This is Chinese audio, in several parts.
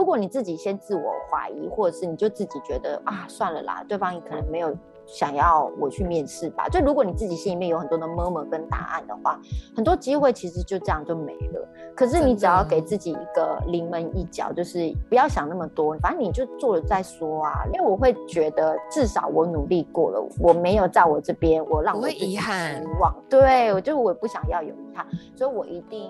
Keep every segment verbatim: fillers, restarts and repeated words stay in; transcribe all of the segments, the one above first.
如果你自己先自我怀疑，或者是你就自己觉得啊算了啦，对方可能没有想要我去面试吧，就如果你自己心里面有很多的 murmur 跟答案的话，很多机会其实就这样就没了。可是你只要给自己一个临门一脚，就是不要想那么多，反正你就做了再说啊。因为我会觉得至少我努力过了，我没有在我这边我让我自己失望，对，我就我不想要有遗憾，所以我一定。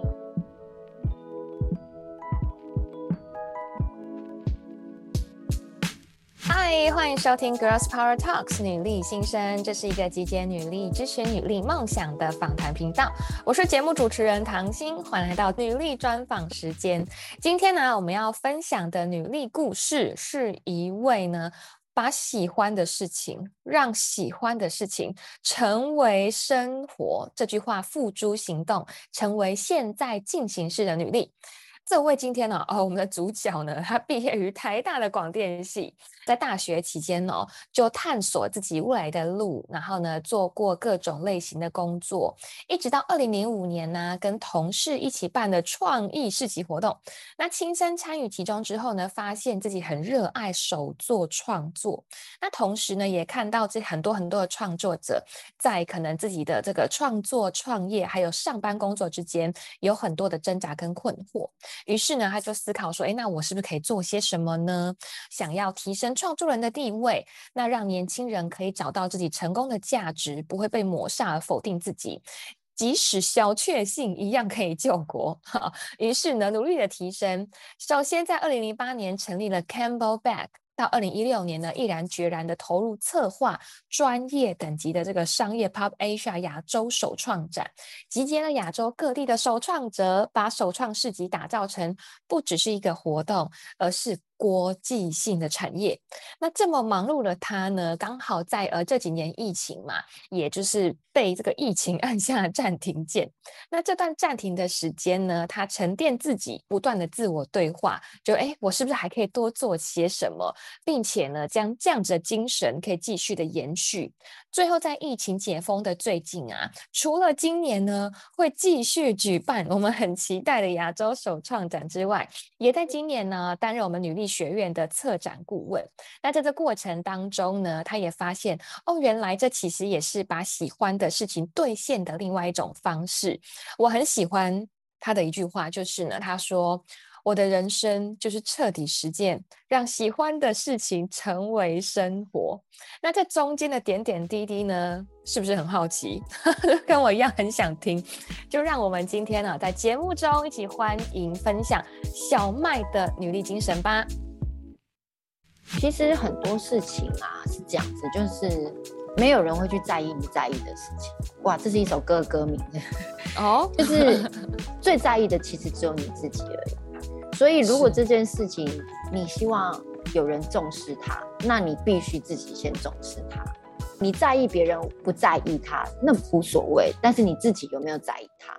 嗨，欢迎收听 Girls Power Talks 女力新生，这是一个集结女力、支持女力梦想的访谈频道。我是节目主持人唐心，欢迎来到女力专访时间。今天呢，我们要分享的女力故事是一位呢，把喜欢的事情，让喜欢的事情成为生活，这句话付诸行动，成为现在进行式的女力。这位今天呢、哦，我们的主角呢，他毕业于台大的广电系，在大学期间呢，就探索自己未来的路，然后呢，做过各种类型的工作，一直到二零零五年呢，跟同事一起办的创意市集活动，那亲身参与其中之后呢，发现自己很热爱手作创作，那同时呢，也看到这很多很多的创作者在可能自己的这个创作、创业还有上班工作之间，有很多的挣扎跟困惑。于是呢，他就思考说，诶，那我是不是可以做些什么呢？想要提升创作人的地位，那让年轻人可以找到自己成功的价值，不会被抹杀而否定自己。即使小确幸一样可以救国。于是呢，努力的提升。首先在二零零八年成立了 Campbell Bag，到二零一六年呢，毅然决然的投入策划专业等级的这个商业 Pop Asia 亚洲首创展，集结了亚洲各地的首创者，把首创市集打造成不只是一个活动，而是国际性的产业。那这么忙碌的他呢，刚好在呃这几年疫情嘛，也就是被这个疫情按下了暂停键。那这段暂停的时间呢，他沉淀自己，不断的自我对话，就哎，我是不是还可以多做些什么，并且呢，将这样子的精神可以继续的延续。最后在疫情解封的最近啊，除了今年呢会继续举办我们很期待的亚洲首创展之外，也在今年呢担任我们女力学院的策展顾问。那在这过程当中呢，他也发现哦，原来这其实也是把喜欢的事情兑现的另外一种方式。我很喜欢他的一句话，就是呢，他说我的人生就是彻底实践，让喜欢的事情成为生活。那这中间的点点滴滴呢，是不是很好奇？跟我一样很想听。就让我们今天呢、啊，在节目中一起欢迎分享小麦的女力精神吧。 其实很多事情啊是这样子，就是没有人会去在意你在意的事情。哇，这是一首歌的歌名哦， 就是最在意的其实只有你自己而已。所以如果这件事情你希望有人重视它，那你必须自己先重视它。你在意别人不在意它，那无所谓，但是你自己有没有在意它？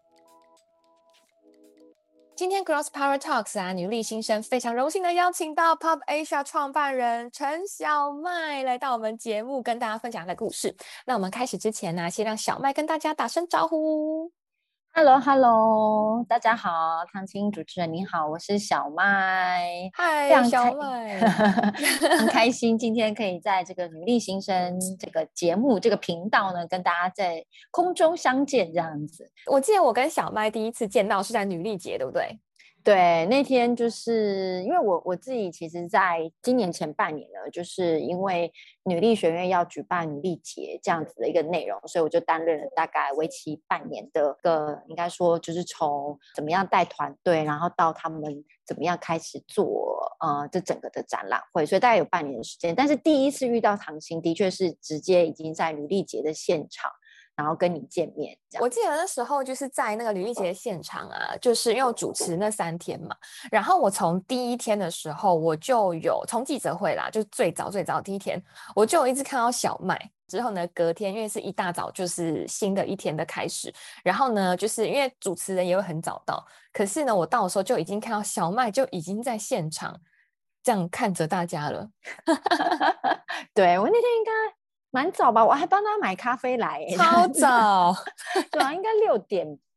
今天 Girls Power Talks 啊，女力新生非常荣幸的邀请到 Pop Asia 创办人陈小麦来到我们节目，跟大家分享她的故事。那我们开始之前呢、啊，先让小麦跟大家打声招呼。 Hello Hello， 大家好，唐青主持人你好，我是小麦。 嗨，小麦， 很开心今天可以在这个女力新生这个节目这个频道呢，跟大家在空中相见这样子。 我记得我跟小麦第一次见到是在女力节，对不对？ 对，那天就是因为我我自己其实在今年前半年呢，就是因为女力学院要举办女力节这样子的一个内容，所以我就担任了大概为期半年的个，应该说就是从怎么样带团队，然后到他们怎么样开始做呃这整个的展览会，所以大概有半年的时间。但是第一次遇到唐心，的确是直接已经在女力节的现场。然后跟你见面， 我记得那时候就是在那个女力节现场啊，就是因为我主持那三天嘛，然后我从第一天的时候我就有从记者会啦，就最早最早第一天我就有一直看到小麦，之后呢隔天因为是一大早就是新的一天的开始，然后呢就是因为主持人也会很早到，可是呢我到的时候就已经看到小麦就已经在现场这样看着大家了。 对，我那天应该蛮早吧，我还帮他买咖啡来， 超早。 对啊，应该六点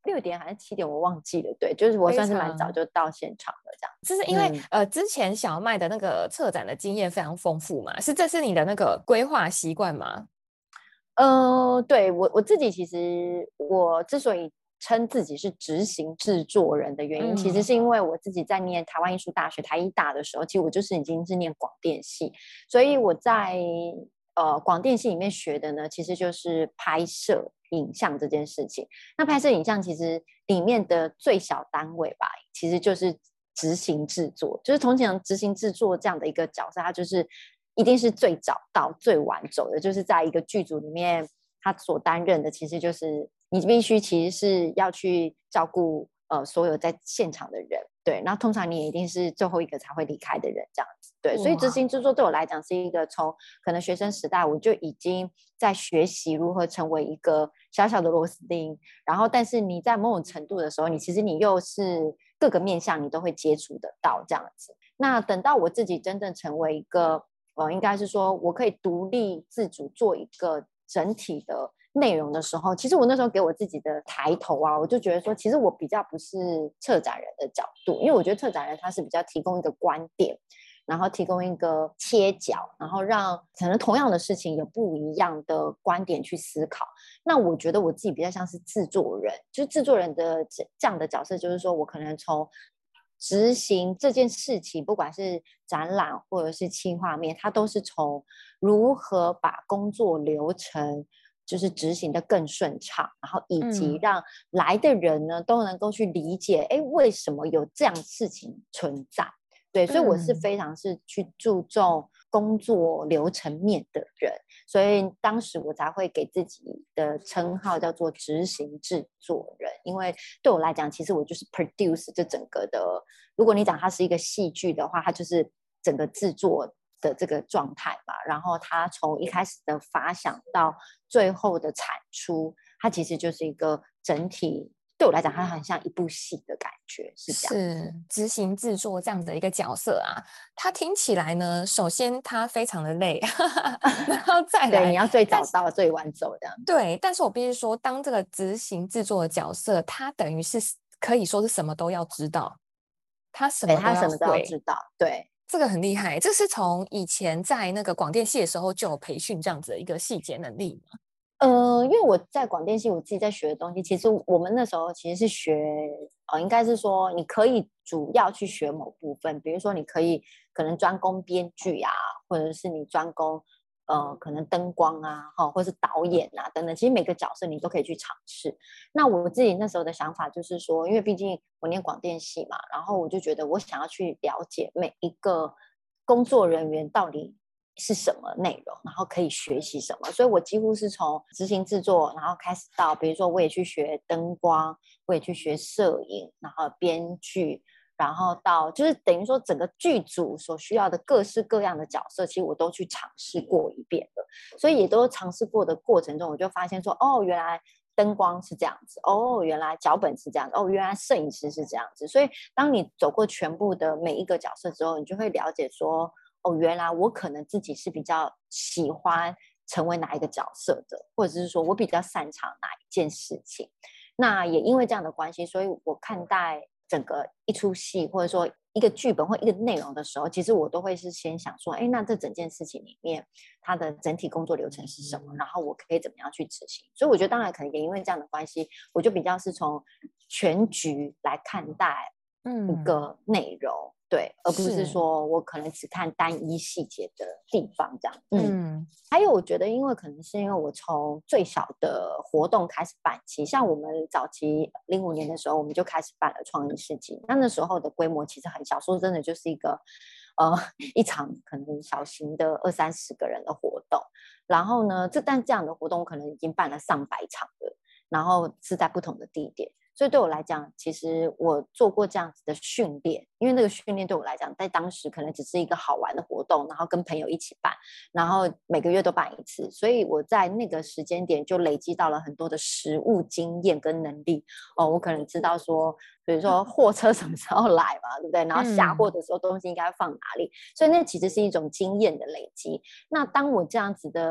六点还是七点我忘记了，对，就是我算是蛮早就到现场了这样。 就是因为、嗯、呃之前小麦的那个策展的经验非常丰富嘛，是这是你的那个规划习惯吗？ 呃，对，我我自己其实我之所以称自己是执行制作人的原因、嗯、其实是因为我自己在念台湾艺术大学台艺大的时候，其实我就是已经是念广电系，所以我在呃广电系里面学的呢，其实就是拍摄影像这件事情。那拍摄影像其实里面的最小单位吧，其实就是执行制作，就是通常执行制作这样的一个角色，它就是一定是最早到最晚走的，就是在一个剧组里面，他所担任的其实就是你必须其实是要去照顾呃所有在现场的人，对，然后通常你也一定是最后一个才会离开的人，这样子，对，所以执行制作对我来讲是一个从可能学生时代我就已经在学习如何成为一个小小的螺丝钉，然后但是你在某种程度的时候，你其实你又是各个面向你都会接触得到这样子。那等到我自己真正成为一个呃，应该是说我可以独立自主做一个整体的内容的时候，其实我那时候给我自己的抬头啊，我就觉得说其实我比较不是策展人的角度，因为我觉得策展人他是比较提供一个观点，然后提供一个切角，然后让可能同样的事情有不一样的观点去思考。那我觉得我自己比较像是制作人，就是制作人的这样的角色，就是说我可能从执行这件事情，不管是展览或者是企划面，它都是从如何把工作流程就是执行的更顺畅，然后以及让来的人呢、嗯、都能够去理解，哎，为什么有这样事情存在？对，所以我是非常是去注重工作流程面的人，所以当时我才会给自己的称号叫做执行制作人，因为对我来讲，其实我就是 produce 这整个的，如果你讲它是一个戏剧的话，它就是整个制作的这个状态嘛，然后它从一开始的发想到最后的产出，它其实就是一个整体，对我来讲它很像一部戏的感觉，是这样。 是执行制作这样的一个角色啊，它听起来呢，首先它非常的累然后再来对，你要最早到最晚走这样。 对，但是我必须说，当这个执行制作的角色，它等于是可以说是什么都要知道，他什么都要会， 他什么都要知道，对， 这个很厉害。这是从以前在那个广电系的时候就有培训这样子的一个细节能力吗？ 呃，因为我在广电系，我自己在学的东西，其实我们那时候其实是学，呃，应该是说你可以主要去学某部分，比如说你可以可能专攻编剧啊，或者是你专攻呃可能灯光啊，哈，或者是导演啊等等，其实每个角色你都可以去尝试。那我自己那时候的想法就是说，因为毕竟我念广电系嘛，然后我就觉得我想要去了解每一个工作人员到底是什么内容，然后可以学习什么，所以我几乎是从执行制作，然后开始到比如说我也去学灯光，我也去学摄影，然后编剧，然后到就是等于说整个剧组所需要的各式各样的角色，其实我都去尝试过一遍了，所以也都尝试过的过程中，我就发现说，哦，原来灯光是这样子，哦，原来脚本是这样子，哦，原来摄影师是这样子，所以当你走过全部的每一个角色之后，你就会了解说，哦，原来我可能自己是比较喜欢成为哪一个角色的，或者是说我比较擅长哪一件事情。那也因为这样的关系，所以我看待整个一出戏或者说一个剧本或一个内容的时候，其实我都会是先想说，哎，那这整件事情里面它的整体工作流程是什么，然后我可以怎么样去执行。所以我觉得当然可能也因为这样的关系，我就比较是从全局来看待一个内容、嗯、对，而不是说我可能只看单一细节的地方这样。 嗯, 嗯还有我觉得因为可能是因为我从最小的活动开始办起，像我们早期零五年的时候我们就开始办了创意市集，那那时候的规模其实很小，说真的就是一个呃一场可能小型的二三十个人的活动，然后呢这但这样的活动可能已经办了上百场了，然后是在不同的地点，所以对我来讲，其实我做过这样子的训练，因为那个训练对我来讲，在当时可能只是一个好玩的活动，然后跟朋友一起办，然后每个月都办一次，所以我在那个时间点就累积到了很多的实务经验跟能力。哦，我可能知道说，比如说货车什么时候来嘛，对不对？然后下货的时候东西应该放哪里，所以那其实是一种经验的累积。那当我这样子的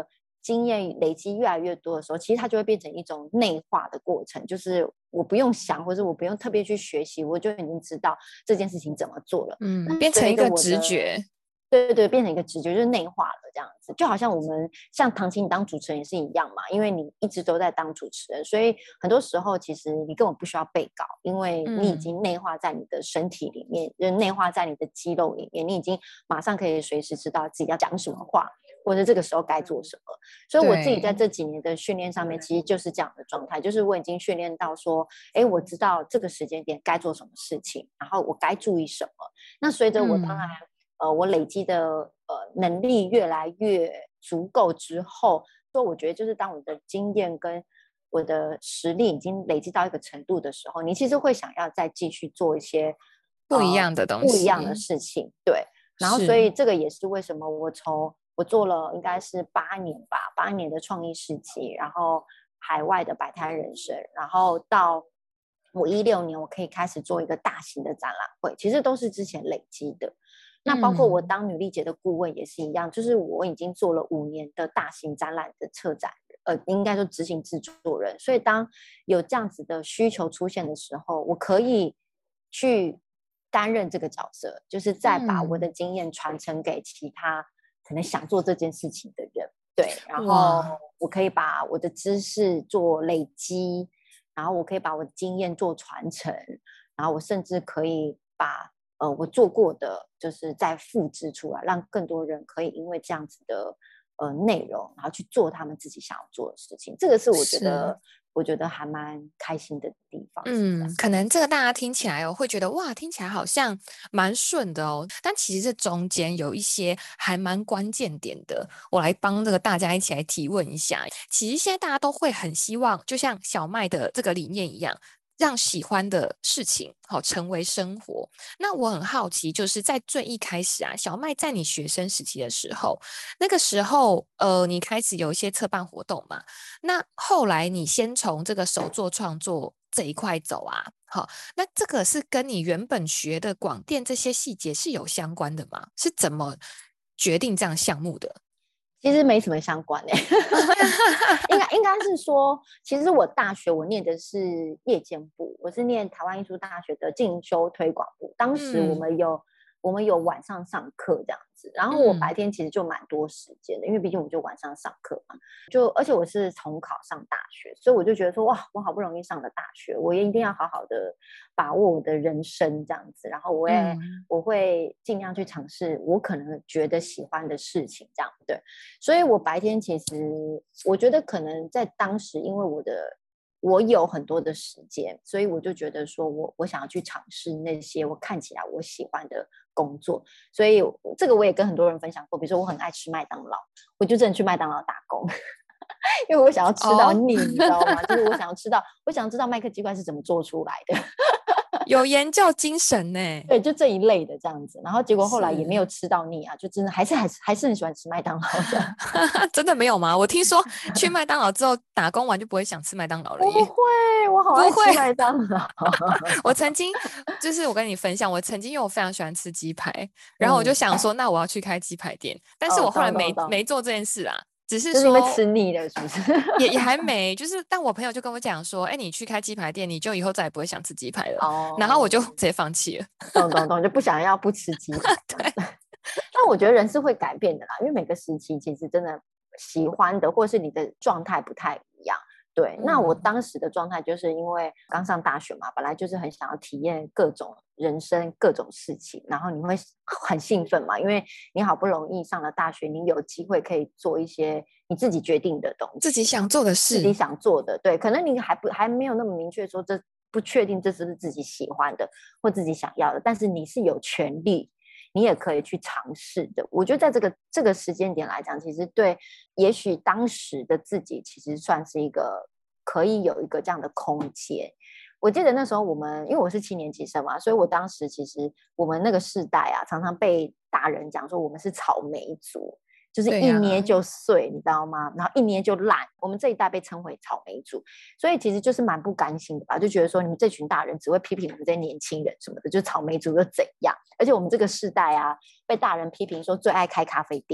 经验累积越来越多的时候，其实它就会变成一种内化的过程，就是我不用想，或者我不用特别去学习，我就已经知道这件事情怎么做了。 嗯，变成一个直觉。 对对对，变成一个直觉，就是内化了这样子，就好像我们像唐琪你当主持人也是一样嘛，因为你一直都在当主持人，所以很多时候其实你根本不需要背稿，因为你已经内化在你的身体里面，就内化在你的肌肉里面，你已经马上可以随时知道自己要讲什么话，或者这个时候该做什么。所以我自己在这几年的训练上面，其实就是这样的状态，就是我已经训练到说，哎，我知道这个时间点该做什么事情，然后我该注意什么。那随着我当然。嗯呃，我累积的呃能力越来越足够之后，所以我觉得就是当我的经验跟我的实力已经累积到一个程度的时候，你其实会想要再继续做一些不一样的东西、 呃、不一样的事情，对。然后，所以这个也是为什么我从我做了应该是八年吧，八年的创意市集，然后海外的摆摊人生，然后到我一六年我可以开始做一个大型的展览会，其实都是之前累积的。那包括我当女力节的顾问也是一样，嗯、就是我已经做了五年的大型展览的策展人，呃，应该说执行制作人。所以当有这样子的需求出现的时候，我可以去担任这个角色，就是再把我的经验传承给其他可能想做这件事情的人。对，然后我可以把我的知识做累积，然后我可以把我的经验做传承，然后我甚至可以把。呃，我做过的就是再复制出来，让更多人可以因为这样子的呃内容，然后去做他们自己想要做的事情。这个是我觉得，我觉得还蛮开心的地方。 嗯，可能这个大家听起来哦，会觉得哇，听起来好像蛮顺的哦，但其实这中间有一些还蛮关键点的。我来帮这个大家一起来提问一下。其实现在大家都会很希望，就像小麦的这个理念一样。让喜欢的事情好成为生活。那我很好奇，就是在最一开始啊，小麦在你学生时期的时候，那个时候呃，你开始有一些策办活动嘛？那后来你先从这个手作创作这一块走啊，好，那这个是跟你原本学的广电这些细节是有相关的吗？是怎么决定这样项目的？ 其实没什么相关诶、欸，应该应该是说，其实我大学我念的是夜间部，我是念台湾艺术大学的进修推广部。当时我们有、嗯、我们有晚上上课这样子，然后我白天其实就蛮多时间的，因为毕竟我们就晚上上课嘛，就而且我是重考上大学，所以我就觉得说哇，我好不容易上了大学，我也一定要好好的把握我的人生这样子，然后我也、嗯、我会尽量去尝试我可能觉得喜欢的事情这样对。所以我白天其实我觉得可能在当时因为我的我有很多的时间，所以我就觉得说我我想要去尝试那些我看起来我喜欢的工作，所以这个我也跟很多人分享过，比如说我很爱吃麦当劳，我就真的去麦当劳打工因为我想要吃到腻、oh. 你知道吗？就是我想要吃到我想要知道麦克鸡块是怎么做出来的有研究精神呢。 对，就这一类的这样子，然后结果后来也没有吃到腻啊，就真的还是还是还是很喜欢吃麦当劳的真的没有吗？我听说去麦当劳之后打工完就不会想吃麦当劳了耶。 不会，我好爱吃麦当劳我曾经就是我跟你分享，我曾经因为我非常喜欢吃鸡排，然后我就想说、嗯、那我要去开鸡排店，但是我后来没、哦、没做这件事啊，只是说就是因为吃腻了是不是也也还没，就是但我朋友就跟我讲说，哎，你去开鸡排店，你就以后再也不会想吃鸡排了、哦、然后我就直接放弃了懂懂懂，就不想要不吃鸡排对但我觉得人是会改变的啦，因为每个时期其实真的喜欢的或是你的状态不太一样。对，那我当时的状态就是因为刚上大学嘛，本来就是很想要体验各种人生各种事情，然后你会很兴奋嘛，因为你好不容易上了大学，你有机会可以做一些你自己决定的东西， 自己想做的事， 自己想做的。对，可能你还不还没有那么明确说这不确定这是不是自己喜欢的或自己想要的，但是你是有权利你也可以去尝试的。我觉得在这个这个时间点来讲，其实对也许当时的自己其实算是一个可以有一个这样的空间。我记得那时候我们因为我是七年级生嘛，所以我当时其实我们那个世代啊常常被大人讲说我们是草莓族，就是一捏就碎、啊、你知道吗？然后一捏就烂，我们这一代被称为草莓族，所以其实就是蛮不甘心的吧，就觉得说你们这群大人只会批评我们这些年轻人什么的，就草莓族又怎样？而且我们这个世代啊被大人批评说最爱开咖啡店，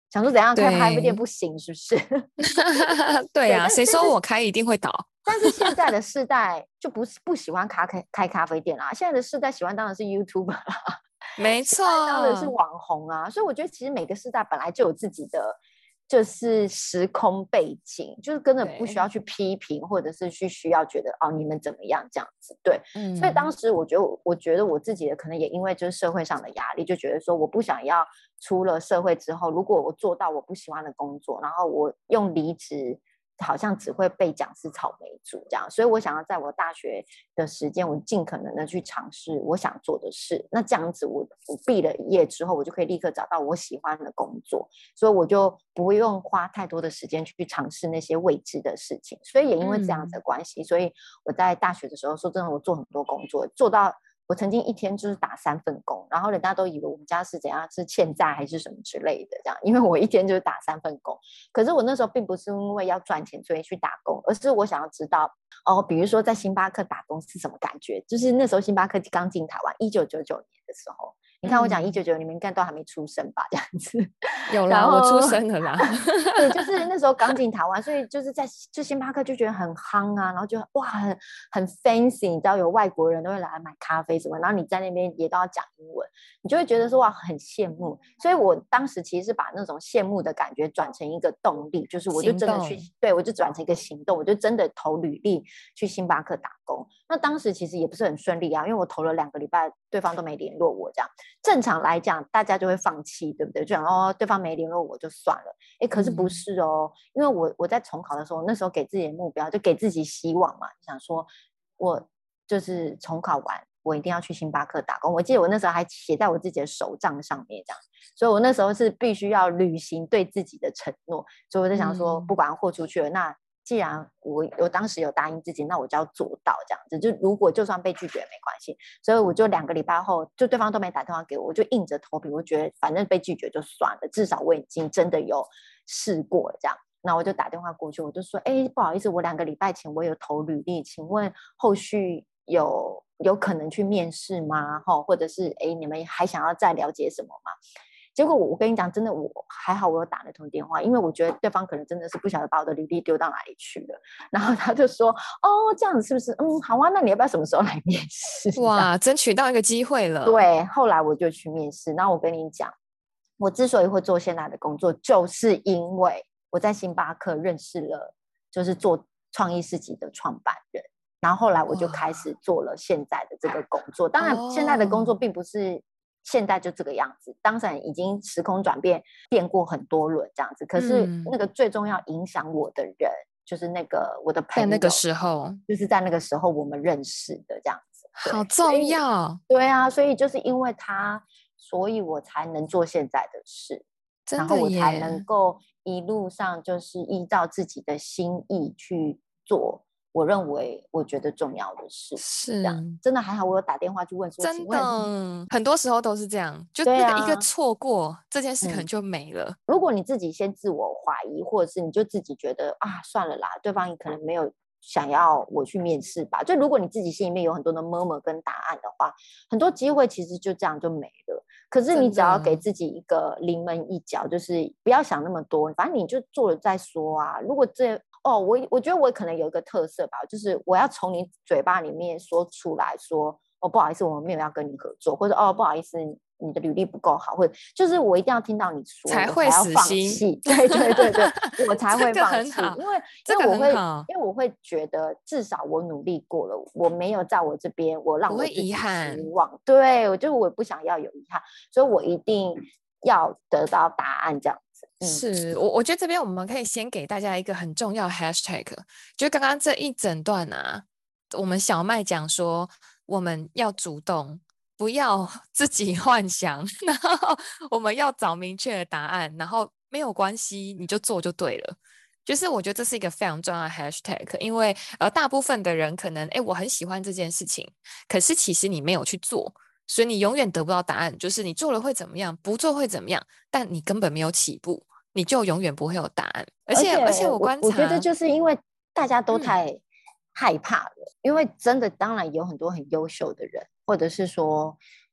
想说怎样开咖啡店不行是不是？ 对啊，谁说是我开一定会倒？ 但是现在的世代就不是不喜欢咖开开咖啡店啦，现在的世代喜欢当然是 YouTuber 啦， 没喜欢当然是错， 网红啊。所以我觉得其实每个世代本来就有自己的就是时空背景，就是根本不需要对， 去批评，或者是去需要觉得哦你们怎么样这样子。对，所以当嗯， 时我觉得我我觉得我自己的可能也因为就是社会上的压力，就觉得说我不想要出了社会之后，如果我做到我不喜欢的工作，然后我用离职。好像只会被讲是草莓族这样，所以我想要在我大学的时间，我尽可能的去尝试我想做的事。那这样子我，我毕了业之后，我就可以立刻找到我喜欢的工作，所以我就不用花太多的时间去尝试那些未知的事情。所以也因为这样子的关系，所以我在大学的时候，说真的，我做很多工作，做到。我曾经一天就是打三份工，然后人家都以为我们家是怎样，是欠债还是什么之类的，这样，因为我一天就是打三份工。可是我那时候并不是因为要赚钱所以去打工，而是我想要知道哦，比如说在星巴克打工是什么感觉。就是那时候星巴克刚进台湾，一九九九年的时候，你看我讲一九九九，你们应该都还没出生吧？这样子， 有啦， 然后我出生了啦。 对，就是那时候刚进台湾，所以就是在就星巴克就觉得很夯啊，然后就哇很很 fancy，你知道有外国人都会来买咖啡什么，然后你在那边也都要讲英文，你就会觉得说哇很羡慕。所以我当时其实是把那种羡慕的感觉转成一个动力，就是我就真的去，对我就转成一个行动，我就真的投履历去星巴克打工。那当时其实也不是很顺利啊，因为我投了两个礼拜，对方都没联络我，这样正常来讲大家就会放弃，对不对？就想哦对方没联络我就算了。哎，可是不是哦，嗯、因为我我在重考的时候，那时候给自己的目标就给自己希望嘛，想说我就是重考完，我一定要去星巴克打工。我记得我那时候还写在我自己的手账上面，这样，所以我那时候是必须要履行对自己的承诺。所以我就想说，不管豁出去了，那既然我我当时有答应自己，那我就要做到这样子。就如果就算被拒绝也没关系，所以我就两个礼拜后，就对方都没打电话给我，我就硬着头皮，我觉得反正被拒绝就算了，至少我已经真的有试过了这样。那我就打电话过去，我就说，哎，不好意思，我两个礼拜前我有投履历，请问后续有有可能去面试吗？或者是哎，你们还想要再了解什么吗？结果我我跟你讲，真的我还好，我有打那通电话，因为我觉得对方可能真的是不晓得把我的履历丢到哪里去了。然后他就说：“哦，这样子是不是？嗯，好啊，那你要不要什么时候来面试？” 哇，争取到一个机会了。 对，后来我就去面试。然后我跟你讲，我之所以会做现在的工作，就是因为我在星巴克认识了，就是做创意市集的创办人。然后后来我就开始做了现在的这个工作。当然，现在的工作并不是。现在就这个样子，当然已经时空转变，变过很多轮这样子。可是那个最重要影响我的人，嗯、就是那个我的朋友， 在那个时候， 就是在那个时候我们认识的这样子。 好重要。 对啊，所以就是因为他，所以我才能做现在的事， 真的耶， 然后我才能够一路上就是依照自己的心意去做。我认为我觉得重要的事是这样，真的还好，我有打电话去问说， 真的很多时候都是这样，就那个一个错过，啊、这件事可能就没了、嗯。 如果你自己先自我怀疑，或者是你就自己觉得啊算了啦，对方可能没有想要我去面试吧。就如果你自己心里面有很多的 murmur 跟答案的话，很多机会其实就这样就没了。可是你只要给自己一个临门一脚，就是不要想那么多，反正你就做了再说啊。如果这哦，我我觉得我可能有一个特色吧，就是我要从你嘴巴里面说出来说，哦，不好意思，我们没有要跟你合作，或者哦，不好意思，你的履历不够好，或者就是我一定要听到你说， 才会死心。 对对对对，我才会放弃，因为因为我会，因为我会觉得至少我努力过了，我没有在我这边，我让我自己失望，对，我就我不想要有遗憾，所以我一定要得到答案，这样。 嗯、是我，我觉得这边我们可以先给大家一个很重要的 hashtag， 就刚刚这一整段啊，我们小麦讲说我们要主动，不要自己幻想，然后我们要找明确的答案，然后没有关系，你就做就对了。就是我觉得这是一个非常重要的 hashtag， 因为呃大部分的人可能哎我很喜欢这件事情，可是其实你没有去做。所以你永远得不到答案，就是你做了会怎么样，不做会怎么样，但你根本没有起步，你就永远不会有答案。而且而且我观察， 我觉得就是因为大家都太害怕了，嗯、因为真的当然有很多很优秀的人，或者是说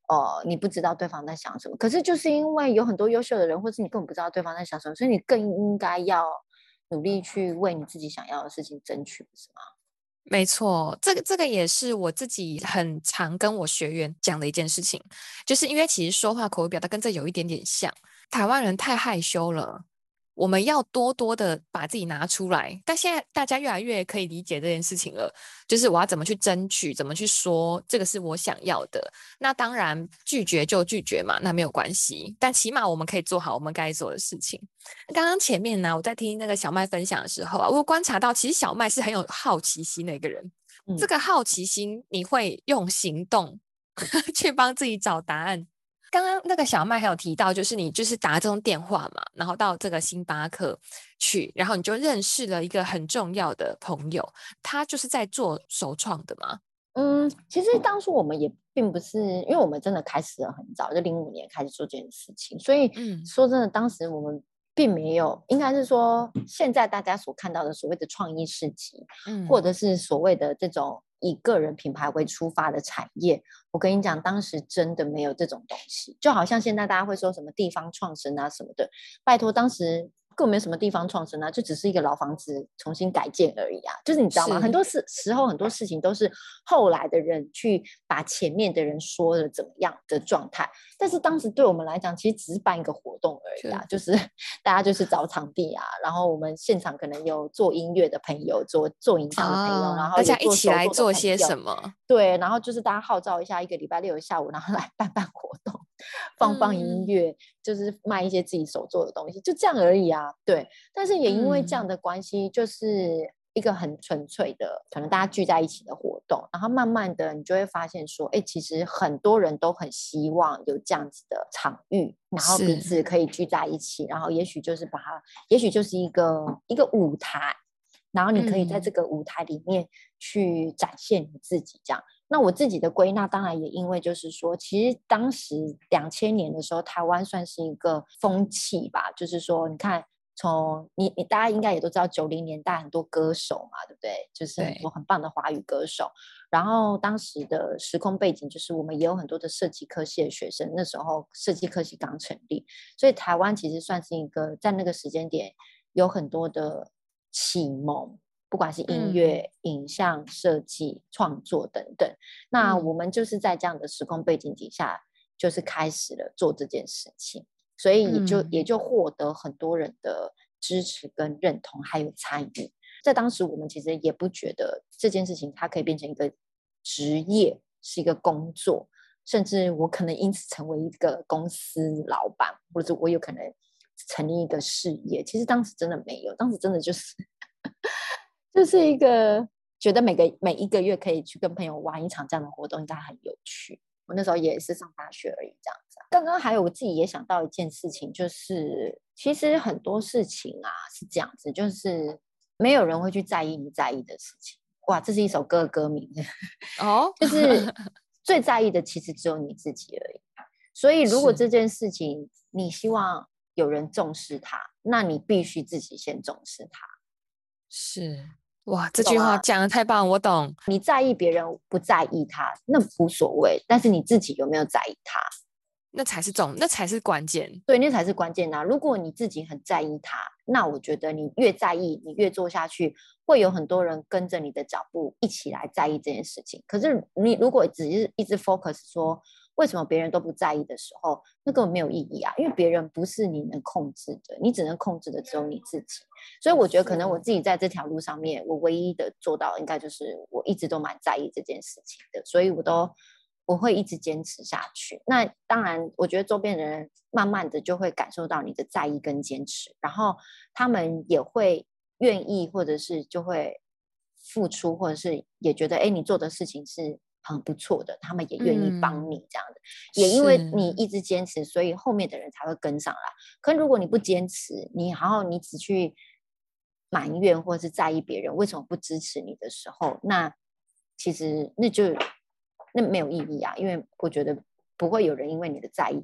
呃，你不知道对方在想什么。可是就是因为有很多优秀的人，或是你根本不知道对方在想什么，所以你更应该要努力去为你自己想要的事情争取，不是吗？ 没错，这个这个也是我自己很常跟我学员讲的一件事情，就是因为其实说话口语表达跟这有一点点像，台湾人太害羞了，我们要多多的把自己拿出来。但现在大家越来越可以理解这件事情了，就是我要怎么去争取，怎么去说这个是我想要的。那当然拒绝就拒绝嘛，那没有关系，但起码我们可以做好我们该做的事情。刚刚前面呢，我在听那个小麦分享的时候啊，我观察到其实小麦是很有好奇心的一个人。这嗯。 个好奇心，你会用行动去帮自己找答案。刚刚那个小麦还有提到，就是你就是打这种电话嘛，然后到这个星巴克去，然后你就认识了一个很重要的朋友，他就是在做首创的嘛。 嗯，其实当初我们也并不是，因为我们真的开始了很早，就零五年开始做这件事情，所以嗯说真的，当时我们并没有，应该是说现在大家所看到的所谓的创意市集，或嗯， 者是所谓的这种以个人品牌为出发的产业，我跟你讲，当时真的没有这种东西，就好像现在大家会说什么地方创生啊什么的，拜托，当时根本没有什么地方创生啊，就只是一个老房子重新改建而已啊。就是你知道吗？很是， 多时时候很多事情都是后来的人去把前面的人说的怎么样的状态，但是当时对我们来讲，其实只是办一个活动而已啊， 就就是大家就是找场地啊，然后我们现场可能有做音乐的朋友，做做影像的朋友，然啊，大后有家一起来做手作的做些朋友， 什么？ 对，然后就是大家号召一下，一个礼拜六的下午，然后来办办活动，放放音嗯乐，就是卖一些自己手做的东西，就这样而已啊。对，但是也因为这样嗯的关系，就是一个很纯粹的，可能大家聚在一起的活动，然后慢慢的你就会发现说，哎，其实很多人都很希望有这样子的场域，然后彼是， 此可以聚在一起，然后也许就是把它，也许就是一个一个舞台。然后你可以在这嗯个舞台里面去展现你自己，这样。那我自己的归纳，当然也因为就是说，其实当时两千年的时候，台湾算是一个风气吧，就是说，你看，从你你大家应该也都知道，九零年代很多歌手嘛，对不对？就是很多对， 很棒的华语歌手。然后当时的时空背景，就是我们也有很多的设计科系的学生，那时候设计科系刚成立，所以台湾其实算是一个在那个时间点有很多的启蒙。不管是音嗯乐、影像设计、创作等等，那我嗯们就是在这样的时空背景底下，就是开始了做这件事情，所以也就也嗯就获得很多人的支持跟认同，还有参与。在当时，我们其实也不觉得这件事情它可以变成一个职业，是一个工作，甚至我可能因此成为一个公司老板，或者我有可能成立一个事业。其实当时真的没有，当时真的就是就是一个觉得每个每一个月可以去跟朋友玩一场这样的活动，应该很有趣。我那时候也是上大学而已，这样子啊。刚刚还有我自己也想到一件事情，就是其实很多事情啊是这样子，就是没有人会去在意你在意的事情。哇，这是一首歌的歌名， 哦， 就是最在意的其实只有你自己而已。所以如果是这件事情你希望有人重视它，那你必须自己先重视它。 是，哇，这句话你懂吗？ 讲的太棒，我懂。 你在意别人不在意他，那无所谓，但是你自己有没有在意他？ 那才是重，那才是关键。 对，那才是关键啊！如果你自己很在意他，那我觉得你越在意，你越做下去，会有很多人跟着你的脚步一起来在意这件事情。可是你如果只是一直 focus 说为什么别人都不在意的时候，那根本没有意义啊！因为别人不是你能控制的，你只能控制的只有你自己。所以我觉得可能我自己在这条路上面，我唯一的做到应该就是我一直都蛮在意这件事情的，所以我都我会一直坚持下去。那当然，我觉得周边的人慢慢的就会感受到你的在意跟坚持，然后他们也会愿意，或者是就会付出，或者是也觉得，哎，你做的事情是很不错的，他们也愿意帮嗯， 你这样的。也因为你是， 一直坚持，所以后面的人才会跟上来。可如果你不坚持，你然后你只去埋怨或者是在意别人为什么不支持你的时候，那其实那就那没有意义啊，因为我觉得不会有人因为你的在意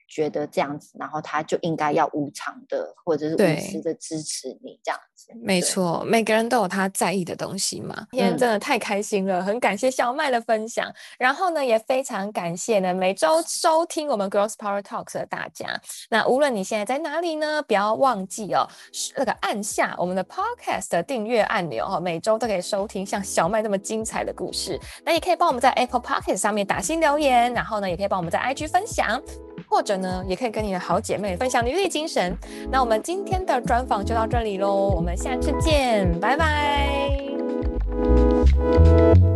觉得这样子，然后他就应该要无偿的或者是无私的支持你这样子。 没错，每个人都有他在意的东西嘛。今天真的太开心了，嗯、很感谢小麦的分享。然后呢，也非常感谢呢每周收听我们 Girls Power Talks 的大家。那无论你现在在哪里呢，不要忘记哦，那个按下我们的 Podcast 的订阅按钮哦，每周都可以收听像小麦这么精彩的故事。那也可以帮我们在 Apple Podcast 上面打新留言，然后呢，也可以帮我们在 I G 分享。或者呢，也可以跟你的好姐妹分享女力精神。那我们今天的专访就到这里咯，我们下次见，拜拜。